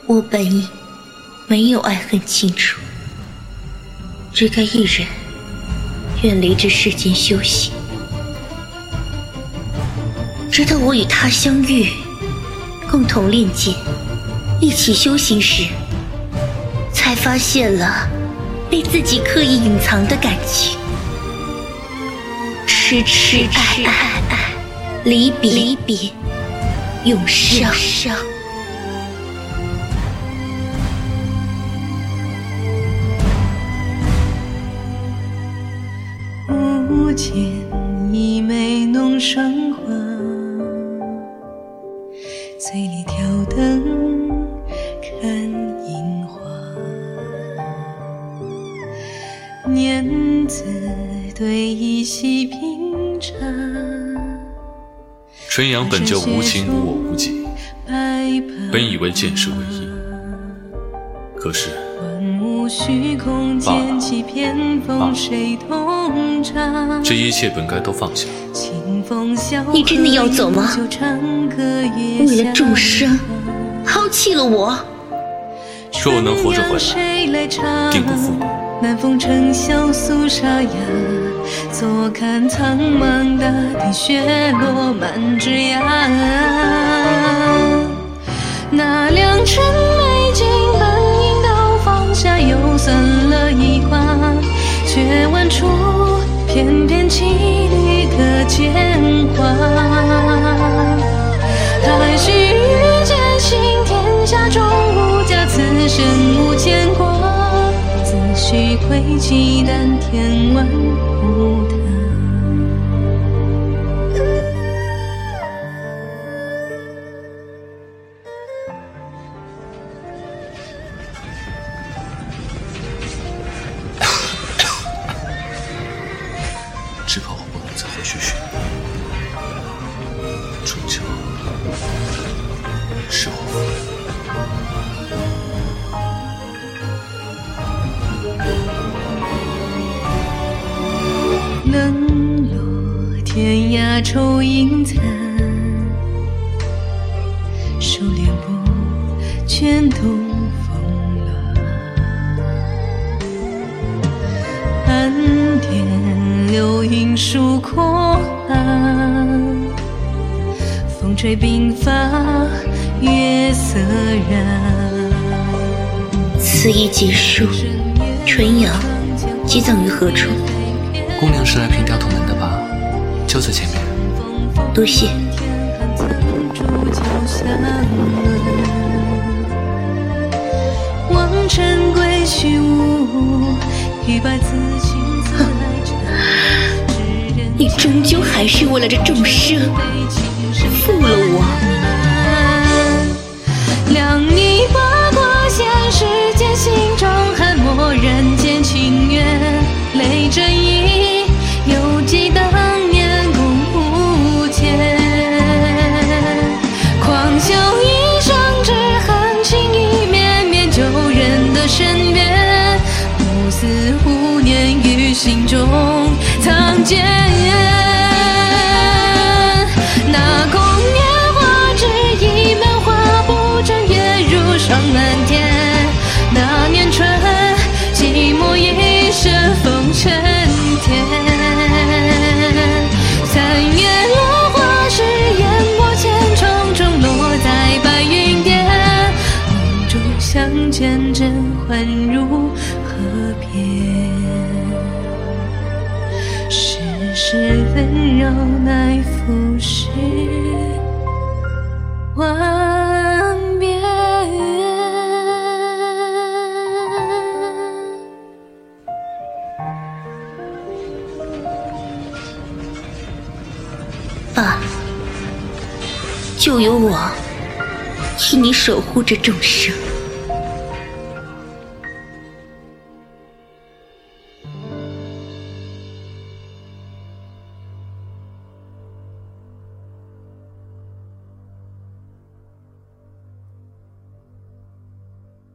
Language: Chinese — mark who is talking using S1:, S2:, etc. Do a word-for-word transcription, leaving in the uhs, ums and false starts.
S1: 我本应没有爱恨情仇，只该一人远离这世间修行。直到我与他相遇，共同练剑，一起修行时，才发现了被自己刻意隐藏的感情。痴痴爱爱爱，离别离别，永伤伤。
S2: 无间一枚浓霜花，醉里挑灯看樱花。念兹对一席平茶，
S3: 纯阳本就无情无我无己，本以为剑是唯一，可是罢了罢了，这一切本该都放下。
S1: 你真的要走吗？为了众生抛弃了我？
S3: 若我能活着回来，定不负你。
S2: 南风尘萧肃沙哑，坐看苍茫大地，雪落满枝桠。那良辰美景本应都放下，又算了一画，却问出偏偏凄厉可见花。太虚与剑行，天下中无价，此生无牵挂。自须归期丹田万古塔。
S3: 只怕我不能再回去寻你，终究是我负了。
S2: 冷落天涯愁影残，收敛不卷动风乱。暗点流云疏阔岸，风吹鬓发月色染。
S1: 此役结束，纯阳击葬于何处？
S3: 姑娘是来凭吊土门的吧？就在前面。
S1: 多谢。
S2: 望尘归虚无，一百此情自来茶。
S1: 你终究还是为了这众生负了我。
S2: 量你八卦现世间，心中寒漠人间情缘，泪沾衣，犹记当年共舞剑。狂笑一生只恨情意绵绵，旧人的深渊，不死无念于心中藏剑。那空年华只一门花不正月如霜满天。那年春寂寞一身风尘天。三月落花时，烟波千重重落在白云巅。梦中相见，真欢如河边。世事纷扰，乃浮世万变。
S1: 罢了，就由我替你守护着众生。